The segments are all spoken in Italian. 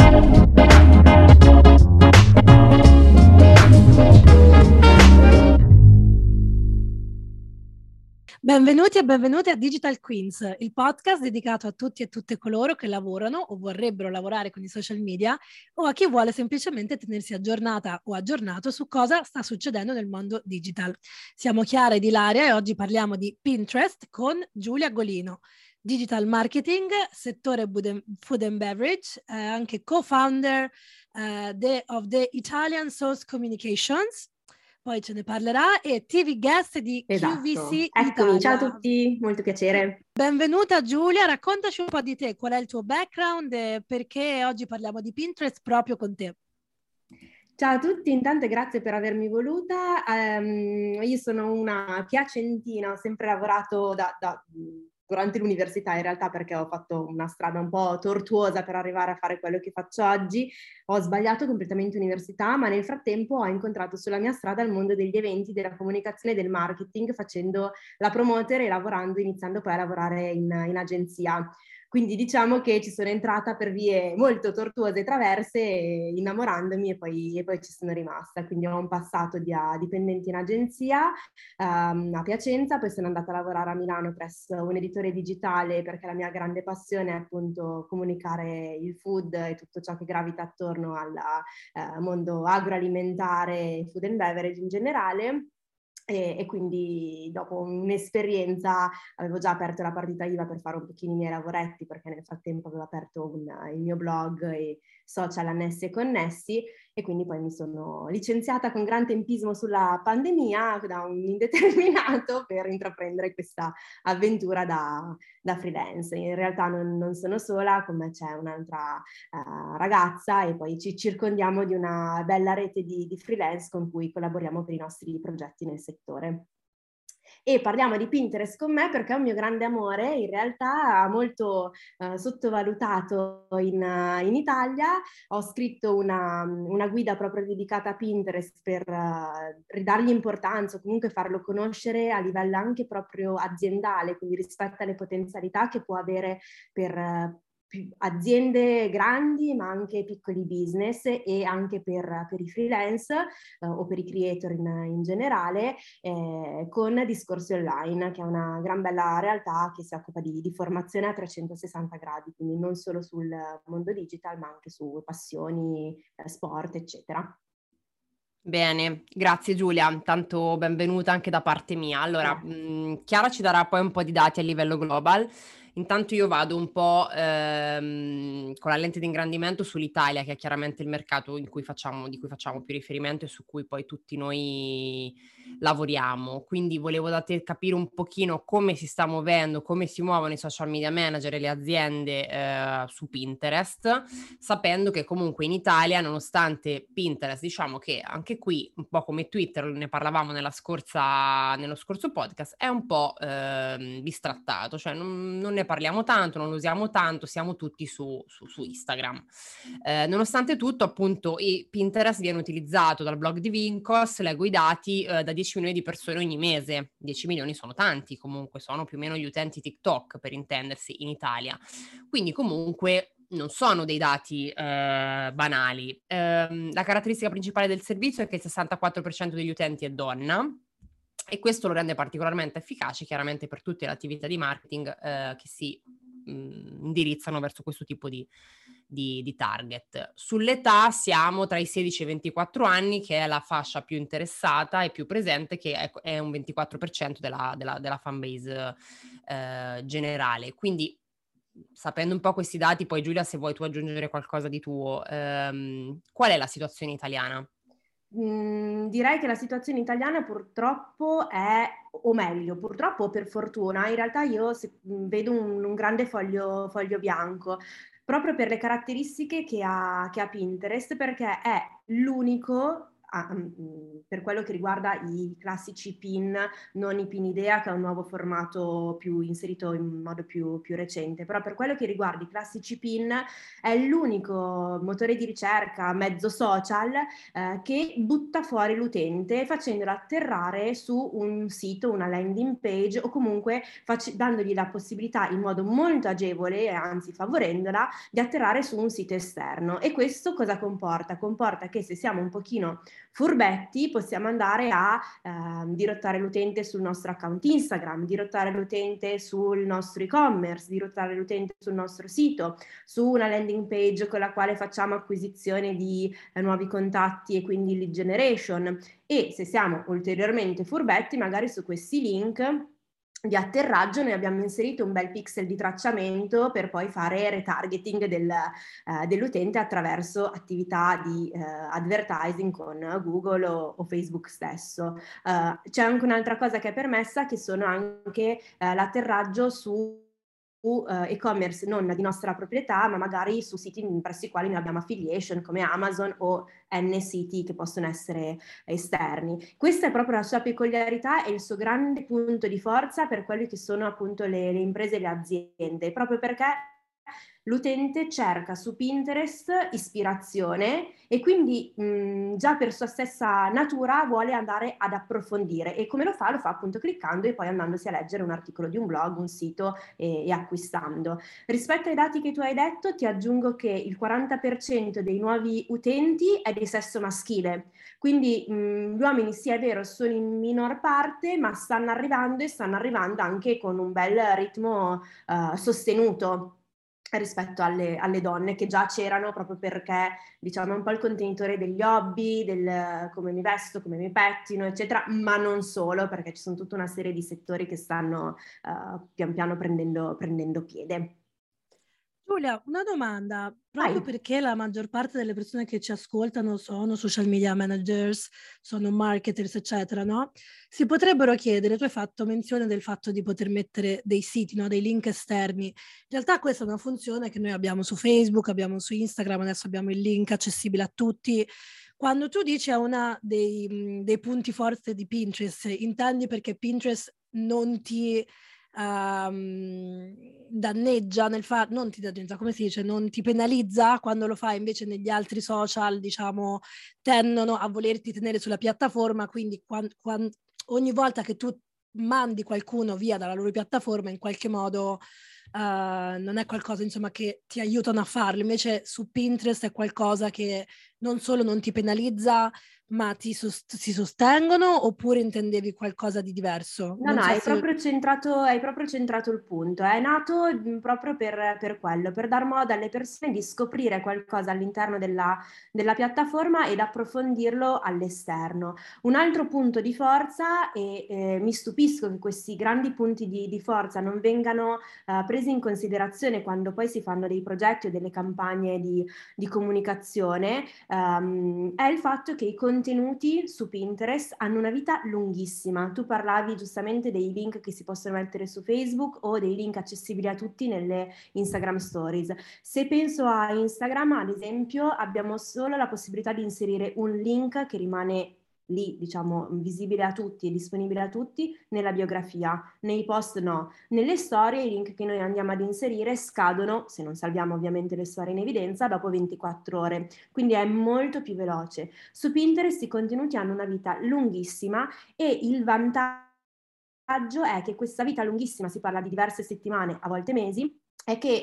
Benvenuti e benvenute a Digital Queens, il podcast dedicato a tutti e tutte coloro che lavorano o vorrebbero lavorare con i social media o a chi vuole semplicemente tenersi aggiornata o aggiornato su cosa sta succedendo nel mondo digital. Siamo Chiara ed Ilaria e oggi parliamo di Pinterest con Giulia Golino, digital marketing, settore food and beverage, anche co-founder of the Italian Source Communications. Poi ce ne parlerà, e TV guest di QVC Eccomi, Italia. ciao a tutti, molto piacere. Benvenuta Giulia, raccontaci un po' di te, qual è il tuo background e perché oggi parliamo di Pinterest proprio con te. Ciao a tutti, intanto grazie per avermi voluta. Io sono una piacentina, ho sempre lavorato durante l'università in realtà, perché ho fatto una strada un po' tortuosa per arrivare a fare quello che faccio oggi. Ho sbagliato completamente università, ma nel frattempo ho incontrato sulla mia strada il mondo degli eventi, della comunicazione e del marketing, facendo la promoter e iniziando poi a lavorare in agenzia. Quindi diciamo che ci sono entrata per vie molto tortuose e traverse, innamorandomi, e poi ci sono rimasta. Quindi ho un passato da dipendente in agenzia a Piacenza, poi sono andata a lavorare a Milano presso un editore digitale, perché la mia grande passione è appunto comunicare il food e tutto ciò che gravita attorno al mondo agroalimentare e food and beverage in generale. E quindi dopo un'esperienza avevo già aperto la partita IVA per fare un pochino i miei lavoretti, perché nel frattempo avevo aperto il mio blog e social annessi e connessi, e quindi poi mi sono licenziata con gran tempismo sulla pandemia da un indeterminato per intraprendere questa avventura da freelance. In realtà non sono sola, con me c'è un'altra ragazza, e poi ci circondiamo di una bella rete di freelance con cui collaboriamo per i nostri progetti nel settore. E parliamo di Pinterest con me perché è un mio grande amore, in realtà molto sottovalutato in Italia. Ho scritto una guida proprio dedicata a Pinterest per ridargli importanza, o comunque farlo conoscere a livello anche proprio aziendale, quindi rispetto alle potenzialità che può avere per aziende grandi, ma anche piccoli business, e anche per i freelance o per i creator in generale, con Discorsi Online, che è una gran bella realtà che si occupa di formazione a 360 gradi, quindi non solo sul mondo digital, ma anche su passioni, sport, eccetera. Bene, grazie Giulia, tanto benvenuta anche da parte mia. Allora, Chiara ci darà poi un po' di dati a livello global. Intanto io vado un po' con la lente di ingrandimento sull'Italia, che è chiaramente il mercato di cui facciamo più riferimento e su cui poi tutti noi lavoriamo. Quindi volevo da te capire un pochino come si sta muovendo, come si muovono i social media manager e le aziende su Pinterest, sapendo che comunque in Italia, nonostante Pinterest, diciamo che anche qui, un po' come Twitter, ne parlavamo nello scorso podcast, è un po' bistrattato, cioè non ne parliamo tanto, non lo usiamo tanto, siamo tutti su Instagram. Nonostante tutto, appunto, Pinterest viene utilizzato dal blog di Vincos, leggo i dati, da 10 milioni di persone ogni mese. 10 milioni sono tanti, comunque sono più o meno gli utenti TikTok, per intendersi, in Italia. Quindi comunque non sono dei dati banali. La caratteristica principale del servizio è che il 64% degli utenti è donna, e questo lo rende particolarmente efficace chiaramente per tutte le attività di marketing che si indirizzano verso questo tipo di target. Sull'età siamo tra i 16 e i 24 anni, che è la fascia più interessata e più presente, che è un 24% della fan base generale. Quindi, sapendo un po' questi dati, poi Giulia, se vuoi tu aggiungere qualcosa di tuo, qual è la situazione italiana? Direi che la situazione italiana purtroppo è, o meglio, purtroppo o per fortuna, in realtà io vedo un grande foglio bianco, proprio per le caratteristiche che ha Pinterest, perché è l'unico per quello che riguarda i classici pin, non i pin idea, che è un nuovo formato più inserito in modo più recente, però per quello che riguarda i classici pin è l'unico motore di ricerca, mezzo social, che butta fuori l'utente facendolo atterrare su un sito, una landing page, o comunque dandogli la possibilità in modo molto agevole, e anzi favorendola, di atterrare su un sito esterno. E questo cosa comporta? Comporta che se siamo un pochino furbetti possiamo andare a dirottare l'utente sul nostro account Instagram, dirottare l'utente sul nostro e-commerce, dirottare l'utente sul nostro sito, su una landing page con la quale facciamo acquisizione di nuovi contatti e quindi lead generation. E se siamo ulteriormente furbetti, magari su questi link di atterraggio noi abbiamo inserito un bel pixel di tracciamento per poi fare retargeting dell'utente attraverso attività di advertising con Google o Facebook stesso. C'è anche un'altra cosa che è permessa, che sono anche l'atterraggio su e-commerce non di nostra proprietà, ma magari su siti presso i quali noi abbiamo affiliation come Amazon o siti che possono essere esterni. Questa è proprio la sua peculiarità e il suo grande punto di forza per quelli che sono appunto le imprese e le aziende, proprio perché l'utente cerca su Pinterest ispirazione e quindi già per sua stessa natura vuole andare ad approfondire. E come lo fa? Lo fa appunto cliccando e poi andandosi a leggere un articolo di un blog, un sito e acquistando. Rispetto ai dati che tu hai detto, ti aggiungo che il 40% dei nuovi utenti è di sesso maschile. Quindi gli uomini, sì è vero, sono in minor parte, ma stanno arrivando, e stanno arrivando anche con un bel ritmo sostenuto rispetto alle donne, che già c'erano, proprio perché diciamo è un po' il contenitore degli hobby, del come mi vesto, come mi pettino, eccetera, ma non solo, perché ci sono tutta una serie di settori che stanno pian piano prendendo piede. Giulia, una domanda, proprio Vai. perché la maggior parte delle persone che ci ascoltano sono social media managers, sono marketers, eccetera, no? Si potrebbero chiedere, tu hai fatto menzione del fatto di poter mettere dei siti, no? Dei link esterni. In realtà questa è una funzione che noi abbiamo su Facebook, abbiamo su Instagram, adesso abbiamo il link accessibile a tutti. Quando tu dici a una dei punti forti di Pinterest, intendi perché Pinterest non ti danneggia non ti danneggia, come si dice, non ti penalizza quando lo fai, invece negli altri social, diciamo, tendono a volerti tenere sulla piattaforma, quindi ogni volta che tu mandi qualcuno via dalla loro piattaforma, in qualche modo non è qualcosa, insomma, che ti aiutano a farlo. Invece su Pinterest è qualcosa che non solo non ti penalizza, ma si sostengono, oppure intendevi qualcosa di diverso? No, Non no, so hai se... proprio centrato il punto. È nato proprio per quello, per dar modo alle persone di scoprire qualcosa all'interno della piattaforma ed approfondirlo all'esterno. Un altro punto di forza, e mi stupisco che questi grandi punti di forza non vengano presi in considerazione quando poi si fanno dei progetti o delle campagne di comunicazione, è il fatto che i contenuti su Pinterest hanno una vita lunghissima. Tu parlavi giustamente dei link che si possono mettere su Facebook o dei link accessibili a tutti nelle Instagram Stories. Se penso a Instagram, ad esempio, abbiamo solo la possibilità di inserire un link che rimane lì, diciamo, visibile a tutti e disponibile a tutti nella biografia. Nei post no. Nelle storie i link che noi andiamo ad inserire scadono, se non salviamo ovviamente le storie in evidenza, dopo 24 ore. Quindi è molto più veloce. Su Pinterest i contenuti hanno una vita lunghissima e il vantaggio è che questa vita lunghissima, si parla di diverse settimane, a volte mesi, è che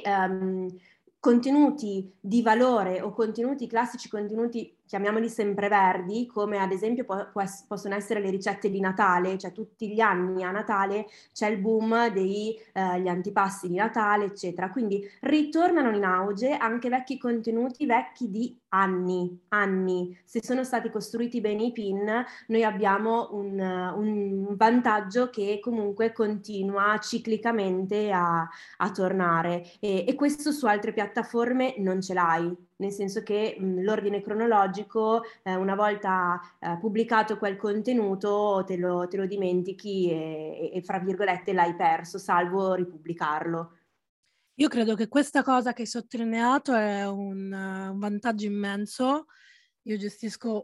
contenuti di valore o contenuti classici, contenuti chiamiamoli sempreverdi, come ad esempio possono essere le ricette di Natale, cioè tutti gli anni a Natale c'è il boom degli antipasti di Natale, eccetera. Quindi ritornano in auge anche vecchi contenuti, vecchi di anni. Se sono stati costruiti bene i pin, noi abbiamo un vantaggio che comunque continua ciclicamente a tornare, e questo su altre piattaforme non ce l'hai, nel senso che l'ordine cronologico, una volta pubblicato quel contenuto, te lo dimentichi e fra virgolette l'hai perso, salvo ripubblicarlo. Io credo che questa cosa che hai sottolineato è un vantaggio immenso. Io gestisco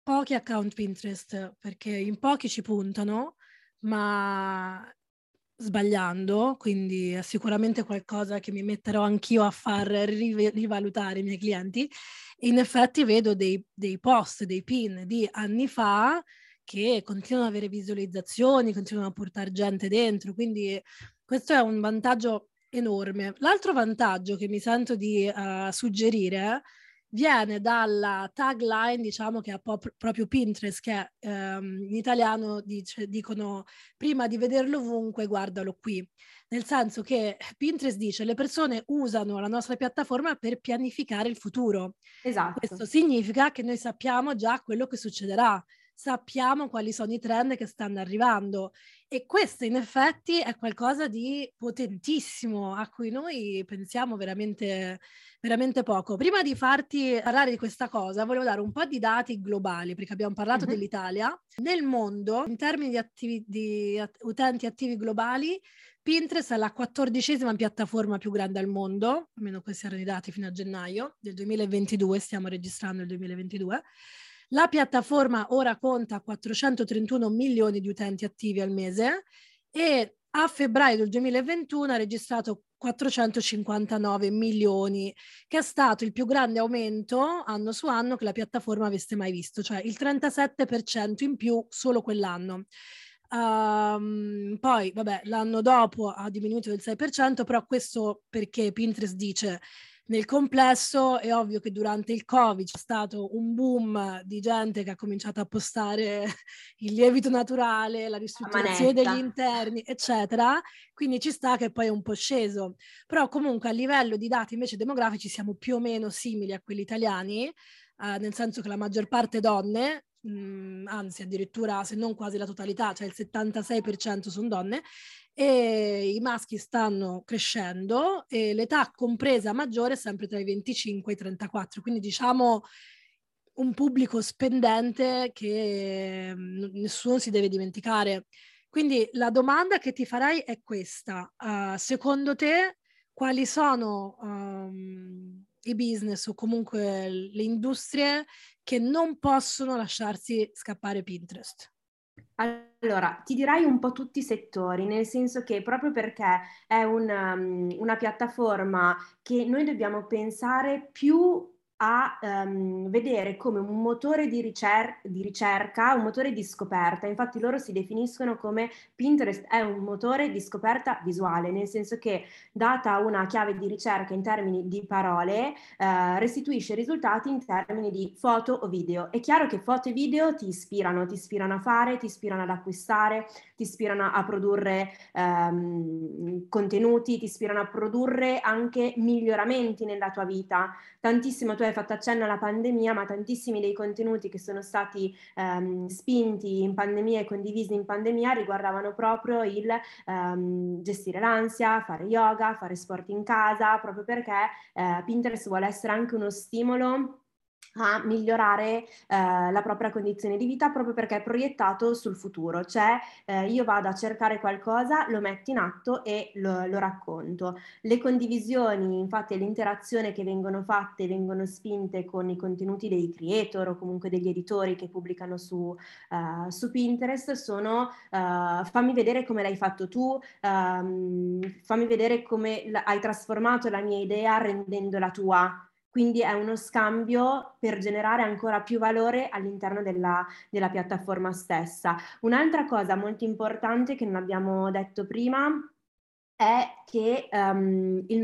pochi account Pinterest, perché in pochi ci puntano, ma sbagliando, quindi è sicuramente qualcosa che mi metterò anch'io a far rivalutare i miei clienti. E in effetti vedo dei post, dei pin di anni fa che continuano ad avere visualizzazioni, continuano a portare gente dentro, quindi questo è un vantaggio enorme. L'altro vantaggio che mi sento di suggerire viene dalla tagline, diciamo, che ha proprio Pinterest, che in italiano dicono prima di vederlo ovunque, guardalo qui. Nel senso che Pinterest dice le persone usano la nostra piattaforma per pianificare il futuro. Esatto. Questo significa che noi sappiamo già quello che succederà, sappiamo quali sono i trend che stanno arrivando e questo in effetti è qualcosa di potentissimo a cui noi pensiamo veramente, veramente poco. Prima di farti parlare di questa cosa, volevo dare un po' di dati globali, perché abbiamo parlato dell'Italia. Nel mondo, in termini di utenti attivi globali, Pinterest è la 14ª piattaforma più grande al mondo, almeno questi erano i dati fino a gennaio del 2022, stiamo registrando il 2022. La piattaforma ora conta 431 milioni di utenti attivi al mese e a febbraio del 2021 ha registrato 459 milioni, che è stato il più grande aumento anno su anno che la piattaforma avesse mai visto, cioè il 37% in più solo quell'anno. Poi, vabbè, l'anno dopo ha diminuito del 6%, però questo perché Pinterest dice nel complesso è ovvio che durante il Covid c'è stato un boom di gente che ha cominciato a postare il lievito naturale, la ristrutturazione degli interni, eccetera. Quindi ci sta che poi è un po' sceso. Però comunque a livello di dati invece demografici siamo più o meno simili a quelli italiani, nel senso che la maggior parte donne, anzi addirittura se non quasi la totalità, cioè il 76% sono donne, e i maschi stanno crescendo e l'età compresa maggiore è sempre tra i 25 e i 34, quindi diciamo un pubblico spendente che nessuno si deve dimenticare. Quindi la domanda che ti farei è questa: secondo te quali sono i business o comunque le industrie che non possono lasciarsi scappare Pinterest? Allora, ti direi un po' tutti i settori, nel senso che proprio perché è una piattaforma che noi dobbiamo pensare più a vedere come un motore di ricerca, un motore di scoperta. Infatti loro si definiscono come Pinterest è un motore di scoperta visuale, nel senso che data una chiave di ricerca in termini di parole, restituisce risultati in termini di foto o video. È chiaro che foto e video ti ispirano a fare, ti ispirano ad acquistare, ti ispirano a produrre contenuti, ti ispirano a produrre anche miglioramenti nella tua vita. Tantissimo, tu hai fatto accenno alla pandemia, ma tantissimi dei contenuti che sono stati spinti in pandemia e condivisi in pandemia riguardavano proprio il gestire l'ansia, fare yoga, fare sport in casa, proprio perché Pinterest vuole essere anche uno stimolo a migliorare la propria condizione di vita, proprio perché è proiettato sul futuro, cioè io vado a cercare qualcosa, lo metto in atto e lo racconto. Le condivisioni, infatti, e l'interazione che vengono fatte, vengono spinte con i contenuti dei creator o comunque degli editori che pubblicano su Pinterest sono fammi vedere come l'hai fatto tu, fammi vedere come hai trasformato la mia idea rendendola tua. Quindi è uno scambio per generare ancora più valore all'interno della piattaforma stessa. Un'altra cosa molto importante che non abbiamo detto prima è che il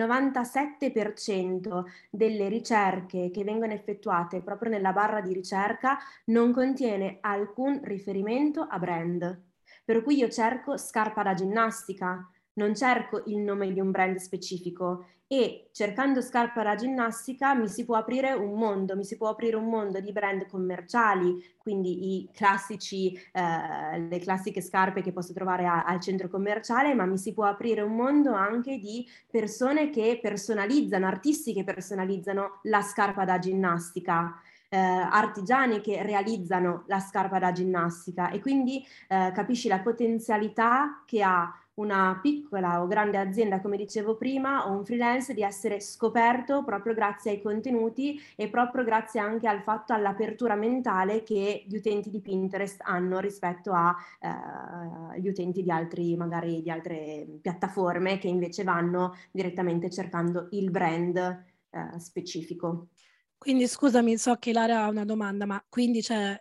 97% delle ricerche che vengono effettuate proprio nella barra di ricerca non contiene alcun riferimento a brand. Per cui io cerco scarpa da ginnastica, non cerco il nome di un brand specifico, e cercando scarpa da ginnastica mi si può aprire un mondo di brand commerciali, quindi i classici, le classiche scarpe che posso trovare al centro commerciale, ma mi si può aprire un mondo anche di persone che personalizzano, artisti che personalizzano la scarpa da ginnastica. Artigiani che realizzano la scarpa da ginnastica, e quindi capisci la potenzialità che ha una piccola o grande azienda, come dicevo prima, o un freelance, di essere scoperto proprio grazie ai contenuti e proprio grazie anche al fatto, all'apertura mentale che gli utenti di Pinterest hanno rispetto agli utenti di altri, magari di altre piattaforme, che invece vanno direttamente cercando il brand specifico. Quindi scusami, so che Lara ha una domanda, ma quindi c'è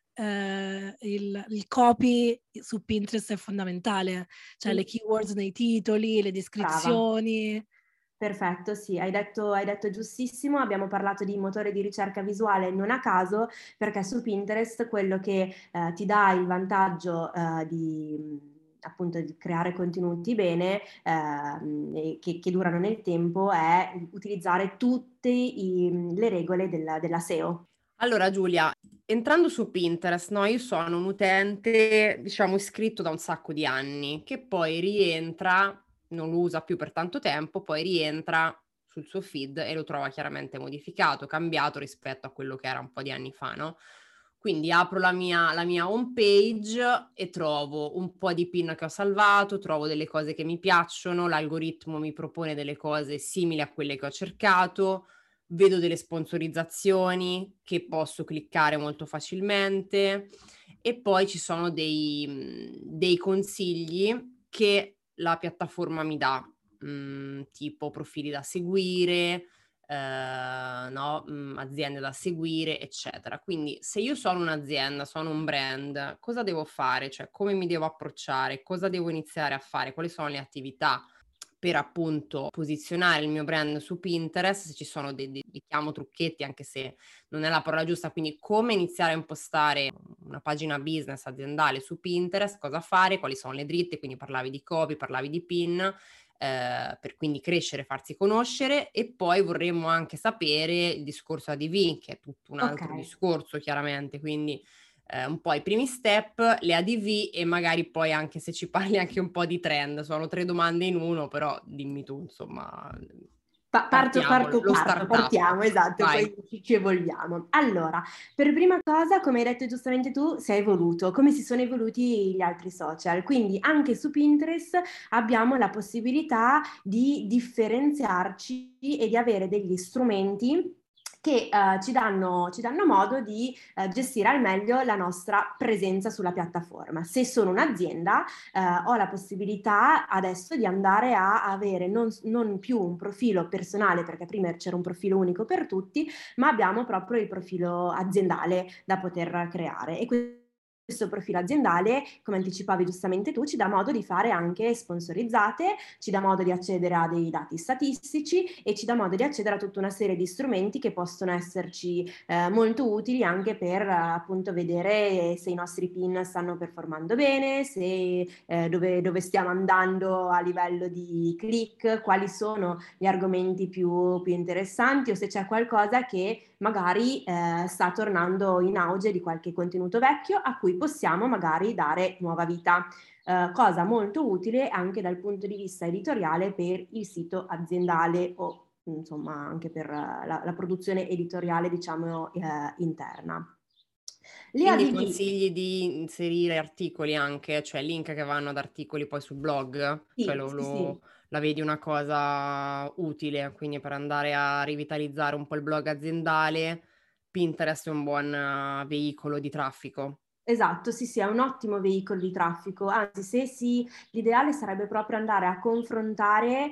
il copy su Pinterest è fondamentale, cioè le keywords nei titoli, le descrizioni. Perfetto, sì, hai detto giustissimo. Abbiamo parlato di motore di ricerca visuale non a caso, perché su Pinterest quello che ti dà il vantaggio appunto di creare contenuti bene, che durano nel tempo, è utilizzare tutte le regole della SEO. Allora Giulia, entrando su Pinterest, no, io sono un utente, diciamo, iscritto da un sacco di anni, che poi rientra, non lo usa più per tanto tempo, poi rientra sul suo feed e lo trova chiaramente modificato, cambiato rispetto a quello che era un po' di anni fa, no? Quindi apro la mia home page e trovo un po' di pin che ho salvato, trovo delle cose che mi piacciono, l'algoritmo mi propone delle cose simili a quelle che ho cercato, vedo delle sponsorizzazioni che posso cliccare molto facilmente e poi ci sono dei consigli che la piattaforma mi dà, tipo profili da seguire, no, aziende da seguire, eccetera. Quindi se io sono un'azienda, sono un brand, cosa devo fare? Cioè come mi devo approcciare? Cosa devo iniziare a fare? Quali sono le attività per appunto posizionare il mio brand su Pinterest? Se ci sono li chiamo trucchetti, anche se non è la parola giusta, quindi come iniziare a impostare una pagina business aziendale su Pinterest, cosa fare, quali sono le dritte, quindi parlavi di copy, parlavi di pin, per quindi crescere, farsi conoscere, e poi vorremmo anche sapere il discorso ADV, che è tutto un altro discorso chiaramente, quindi un po' i primi step, le ADV e magari poi anche se ci parli anche un po' di trend. Sono 3 domande in uno, però dimmi tu, insomma. Partiamo, esatto, Vai. poi ci evolviamo. Allora, per prima cosa, come hai detto giustamente tu, sei evoluto, come si sono evoluti gli altri social. Quindi anche su Pinterest abbiamo la possibilità di differenziarci e di avere degli strumenti che ci danno modo di gestire al meglio la nostra presenza sulla piattaforma. Se sono un'azienda, ho la possibilità adesso di andare a avere non più un profilo personale, perché prima c'era un profilo unico per tutti, ma abbiamo proprio il profilo aziendale da poter creare. E questo profilo aziendale, come anticipavi giustamente tu, ci dà modo di fare anche sponsorizzate, ci dà modo di accedere a dei dati statistici e ci dà modo di accedere a tutta una serie di strumenti che possono esserci molto utili anche per appunto vedere se i nostri pin stanno performando bene, se dove stiamo andando a livello di click, quali sono gli argomenti più interessanti, o se c'è qualcosa che magari sta tornando in auge di qualche contenuto vecchio a cui possiamo magari dare nuova vita. Cosa molto utile anche dal punto di vista editoriale per il sito aziendale o insomma anche per la produzione editoriale, diciamo, interna. Quindi consigli di inserire articoli anche, cioè link che vanno ad articoli poi sul blog? Sì, Cioè sì. la vedi una cosa utile, quindi per andare a rivitalizzare un po' il blog aziendale, Pinterest è un buon veicolo di traffico. Esatto, sì, è un ottimo veicolo di traffico, anzi l'ideale sarebbe proprio andare a confrontare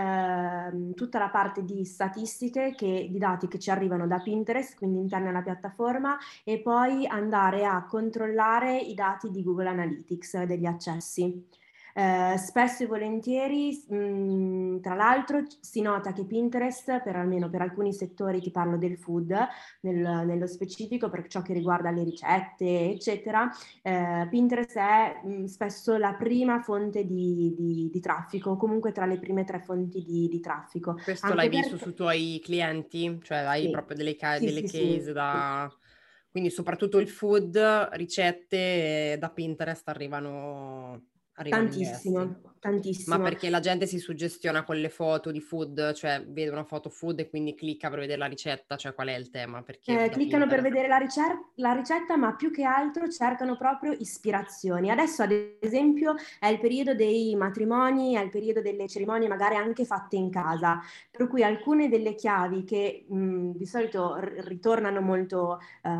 tutta la parte di statistiche, di dati che ci arrivano da Pinterest, quindi interni alla piattaforma, e poi andare a controllare i dati di Google Analytics degli accessi. Spesso e volentieri, tra l'altro, si nota che Pinterest, almeno per alcuni settori, ti parlo del food nello specifico, per ciò che riguarda le ricette, eccetera, Pinterest è spesso la prima fonte di traffico, comunque tra le prime 3 fonti di traffico. Questo Anche l'hai visto perché... su tuoi clienti? Cioè hai Sì, proprio delle sì. case da... Quindi soprattutto il food, ricette da Pinterest arrivano diversi. Tantissimo. tantissimo. Ma perché la gente si suggestiona con le foto di food, cioè vede una foto food e quindi clicca per vedere la ricetta, cioè qual è il tema? Perché da Cliccano per Pinterest? vedere la ricetta, ma più che altro cercano proprio ispirazioni. Adesso, ad esempio, è il periodo dei matrimoni, è il periodo delle cerimonie magari anche fatte in casa, per cui alcune delle chiavi che di solito ritornano molto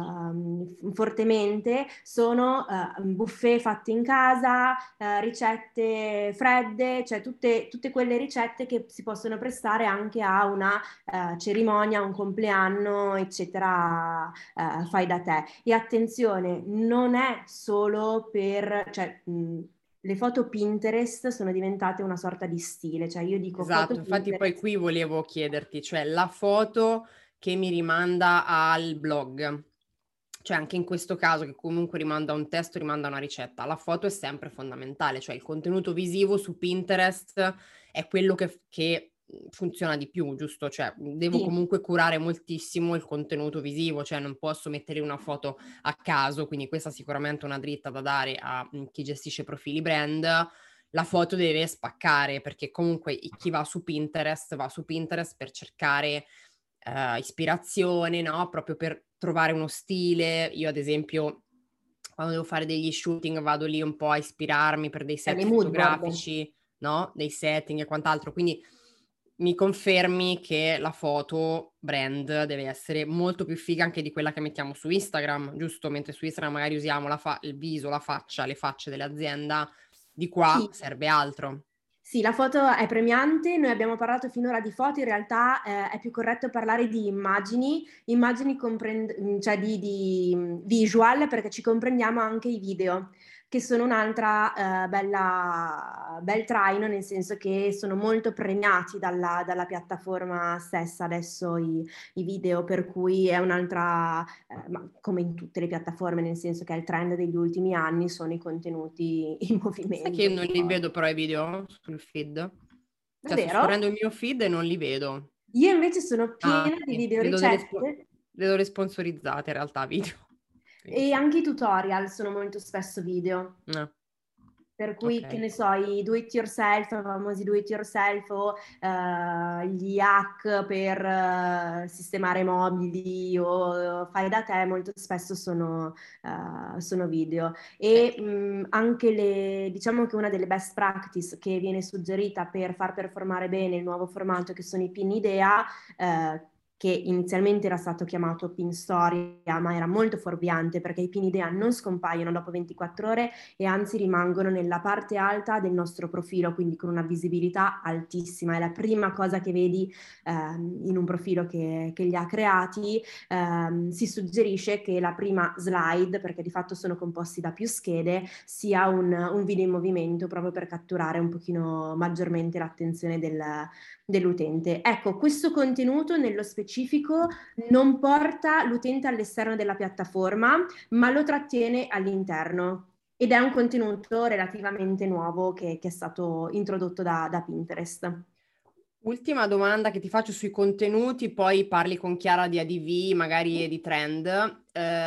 fortemente sono buffet fatti in casa, ricette fredde, cioè tutte quelle ricette che si possono prestare anche a una cerimonia, un compleanno, eccetera, fai da te. E attenzione, non è solo per, cioè, le foto Pinterest sono diventate una sorta di stile, cioè io dico Esatto, foto infatti poi Pinterest. qui volevo chiederti, cioè la foto che mi rimanda al blog, cioè anche in questo caso che comunque rimanda a un testo, rimanda a una ricetta, la foto è sempre fondamentale, cioè il contenuto visivo su Pinterest è quello che funziona di più, giusto? Cioè devo Sì. comunque curare moltissimo il contenuto visivo, cioè non posso mettere una foto a caso, quindi questa è sicuramente una dritta da dare a chi gestisce profili brand. La foto deve spaccare perché comunque chi va su Pinterest per cercare ispirazione, no? Proprio per trovare uno stile. Io ad esempio quando devo fare degli shooting vado lì un po' a ispirarmi per dei set Le mood board. fotografici, no? Dei setting e quant'altro. Quindi mi confermi che la foto brand deve essere molto più figa anche di quella che mettiamo su Instagram, giusto? Mentre su Instagram magari usiamo il viso, la faccia, le facce dell'azienda, di qua Sì. serve altro. Sì, la foto è premiante, noi abbiamo parlato finora di foto, in realtà è più corretto parlare di immagini, cioè di visual, perché ci comprendiamo anche i video, che sono un'altra bel traino, nel senso che sono molto premiati dalla piattaforma stessa adesso i video, per cui è un'altra, ma come in tutte le piattaforme, nel senso che è il trend degli ultimi anni, sono i contenuti in Sai che movimento. non li vedo però i video sul feed? Cioè sto Davvero? scorrendo il mio feed e non li vedo. Io invece sono Ah, piena di sì. video ricette Vedo le sponsorizzate in realtà video. Quindi e sì. anche i tutorial sono molto spesso video. Per cui, che Ok. ne so, i do it yourself, i famosi do it yourself o gli hack per sistemare mobili o fai da te, molto spesso sono video. E anche diciamo che una delle best practice che viene suggerita per far performare bene il nuovo formato, che sono i pin idea, che inizialmente era stato chiamato pin storia, ma era molto fuorviante perché i pin idea non scompaiono dopo 24 ore e anzi rimangono nella parte alta del nostro profilo, quindi con una visibilità altissima. È la prima cosa che vedi in un profilo che li ha creati. Si suggerisce che la prima slide, perché di fatto sono composti da più schede, sia un video in movimento proprio per catturare un pochino maggiormente l'attenzione dell'utente. Ecco, questo contenuto nello specifico non porta l'utente all'esterno della piattaforma, ma lo trattiene all'interno. Ed è un contenuto relativamente nuovo che è stato introdotto da Pinterest. Ultima domanda che ti faccio sui contenuti, poi parli con Chiara di ADV, magari di trend.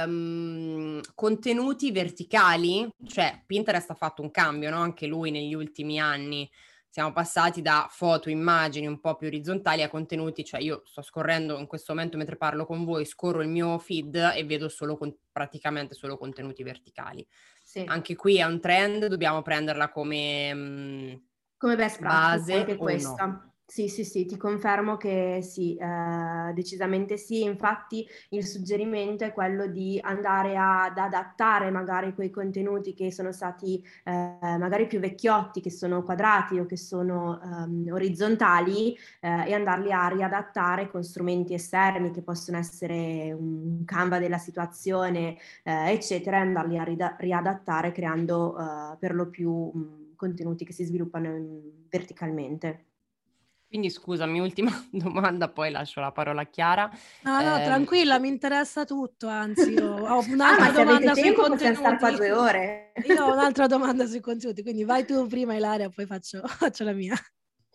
Contenuti verticali, cioè Pinterest ha fatto un cambio, no? Anche lui negli ultimi anni. Siamo passati da foto, immagini un po' più orizzontali a contenuti, cioè io sto scorrendo in questo momento mentre parlo con voi, scorro il mio feed e vedo praticamente solo contenuti verticali. Sì. Anche qui è un trend, dobbiamo prenderla come best practice base anche o questa. no? Sì, ti confermo che sì, decisamente sì. Infatti il suggerimento è quello di andare ad adattare magari quei contenuti che sono stati magari più vecchiotti, che sono quadrati o che sono orizzontali e andarli a riadattare con strumenti esterni che possono essere un Canva della situazione, eccetera, e andarli a riadattare creando per lo più contenuti che si sviluppano verticalmente. Quindi scusami, ultima domanda, poi lascio la parola a Chiara. No, tranquilla, mi interessa tutto, anzi io ho Ah, un'altra ma se avete domanda sui tempo possiamo stare qua 2 contenuti. ore. Io ho un'altra domanda sui contenuti, quindi vai tu prima Ilaria, poi faccio la mia.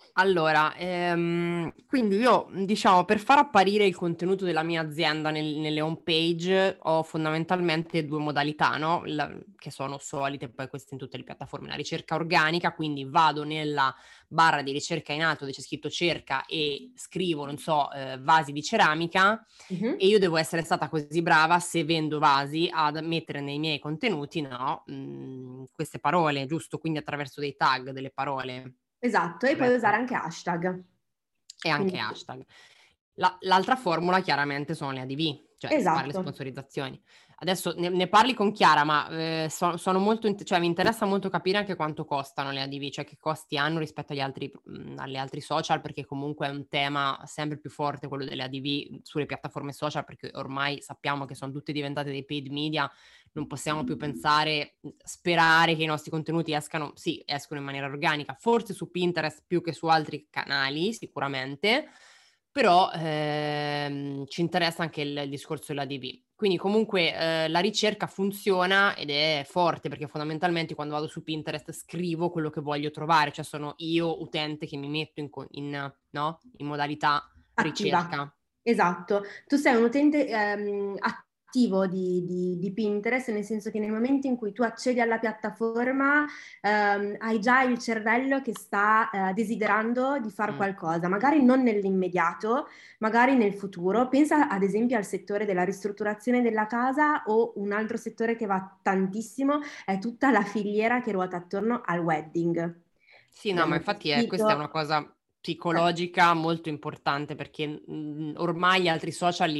Allora, quindi io, diciamo, per far apparire il contenuto della mia azienda nelle home page ho fondamentalmente due modalità, no? Che sono solite, poi queste in tutte le piattaforme, la ricerca organica, quindi vado nella barra di ricerca in alto dove c'è scritto cerca e scrivo, non so, vasi di ceramica, Mhm. e io devo essere stata così brava, se vendo vasi, ad mettere nei miei contenuti, no, queste parole, giusto? Quindi attraverso dei tag, delle parole. Esatto, e puoi usare Corretto? anche hashtag. E anche Quindi, hashtag. L'altra formula chiaramente sono le ADV, cioè fare le esatto. sponsorizzazioni. Adesso ne parli con Chiara, ma sono molto, cioè mi interessa molto capire anche quanto costano le ADV, cioè che costi hanno rispetto alle altri social, perché comunque è un tema sempre più forte quello delle ADV sulle piattaforme social, perché ormai sappiamo che sono tutte diventate dei paid media, non possiamo più pensare, sperare che i nostri contenuti escano, sì, escono in maniera organica, forse su Pinterest più che su altri canali, sicuramente, però ci interessa anche il discorso dell'ADV. Quindi comunque la ricerca funziona ed è forte, perché fondamentalmente quando vado su Pinterest scrivo quello che voglio trovare, cioè sono io utente che mi metto no? In modalità Attiva, ricerca. esatto. Tu sei un utente attivo di Pinterest, nel senso che nel momento in cui tu accedi alla piattaforma hai già il cervello che sta desiderando di fare Mm. qualcosa, magari non nell'immediato, magari nel futuro. Pensa ad esempio al settore della ristrutturazione della casa, o un altro settore che va tantissimo è tutta la filiera che ruota attorno al wedding. Sì, no, ma Abbiamo infatti questa è una sentito... cosa eh, psicologica molto importante, perché ormai gli altri social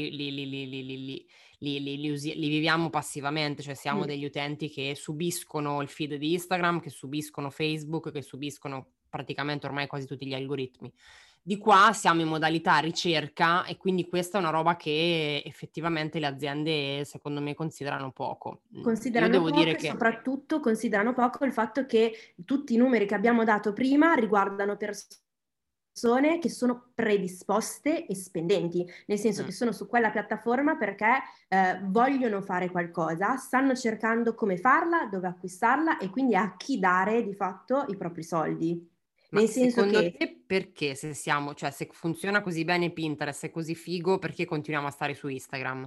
li viviamo passivamente, cioè siamo mm. degli utenti che subiscono il feed di Instagram, che subiscono Facebook, che subiscono praticamente ormai quasi tutti gli algoritmi. Di qua siamo in modalità ricerca, e quindi questa è una roba che effettivamente le aziende secondo me considerano poco. Io Considerano devo poco, dire e che soprattutto considerano poco il fatto che tutti i numeri che abbiamo dato prima riguardano persone che sono predisposte e spendenti, nel senso mm, che sono su quella piattaforma perché vogliono fare qualcosa, stanno cercando come farla, dove acquistarla e quindi a chi dare di fatto i propri soldi. ma Nel senso secondo che te perché, se siamo, cioè se funziona così bene Pinterest, è così figo, perché continuiamo a stare su Instagram?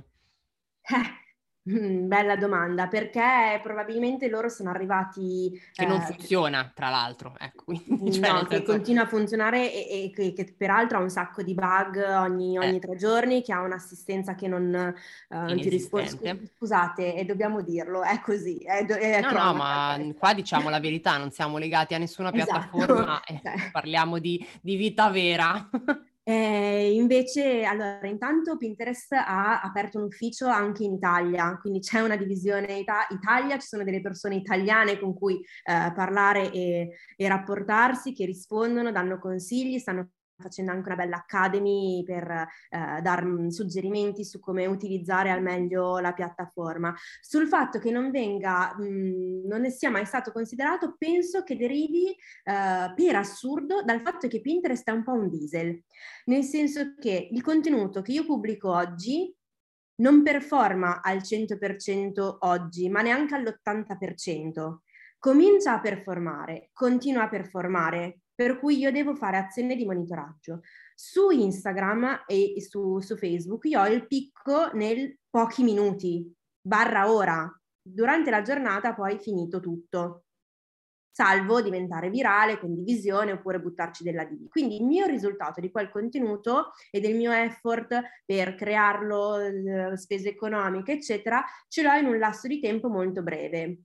Bella domanda, perché probabilmente loro sono arrivati, Che non funziona, tra l'altro, ecco, quindi, cioè no, nel che senso, continua a funzionare e che peraltro ha un sacco di bug ogni 3 giorni, che ha un'assistenza che non ti risponde. inesistente. Scusate, e dobbiamo dirlo, è così, è No, no, cronaca ma questa. qua diciamo la verità, non siamo legati a nessuna Esatto. piattaforma, Cioè, parliamo di vita vera. invece, allora, intanto Pinterest ha aperto un ufficio anche in Italia, quindi c'è una divisione Italia, ci sono delle persone italiane con cui parlare e rapportarsi, che rispondono, danno consigli, stanno facendo anche una bella academy per dar suggerimenti su come utilizzare al meglio la piattaforma. Sul fatto che non ne sia mai stato considerato, penso che derivi per assurdo dal fatto che Pinterest è un po' un diesel, nel senso che il contenuto che io pubblico oggi non performa al 100% oggi, ma neanche all'80%. Comincia a performare, continua a performare, per cui io devo fare azione di monitoraggio. Su Instagram e su Facebook io ho il picco nel pochi minuti, barra ora. Durante la giornata poi finito tutto, salvo diventare virale, condivisione oppure buttarci della DV. Quindi il mio risultato di quel contenuto e del mio effort per crearlo, spese economiche, eccetera, ce l'ho in un lasso di tempo molto breve.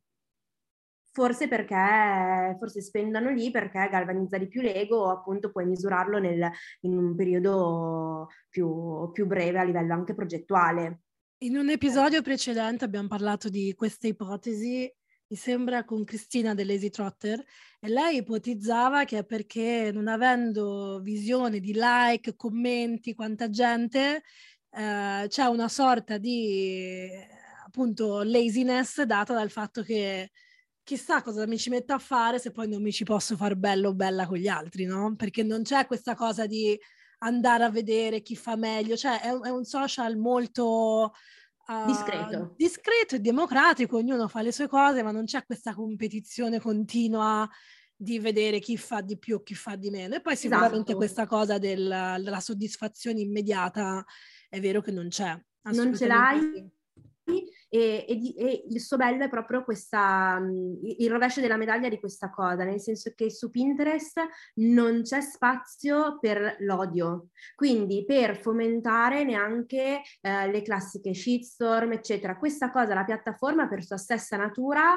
Forse spendono lì perché galvanizza di più l'ego, o appunto puoi misurarlo in un periodo più breve a livello anche progettuale. In un episodio precedente abbiamo parlato di questa ipotesi, mi sembra con Cristina dell'Easy Trotter, e lei ipotizzava che è perché non avendo visione di like, commenti, quanta gente, c'è una sorta di appunto laziness data dal fatto che chissà cosa mi ci metto a fare se poi non mi ci posso far bello o bella con gli altri, no? Perché non c'è questa cosa di andare a vedere chi fa meglio, cioè è un social molto Discreto. discreto e democratico, ognuno fa le sue cose, ma non c'è questa competizione continua di vedere chi fa di più, chi fa di meno. E poi sicuramente Esatto. questa cosa della soddisfazione immediata è vero che non c'è. Non ce Assolutamente l'hai. sì. E il suo bello è proprio il rovescio della medaglia di questa cosa, nel senso che su Pinterest non c'è spazio per l'odio, quindi per fomentare neanche le classiche shitstorm, eccetera. Questa cosa la piattaforma per sua stessa natura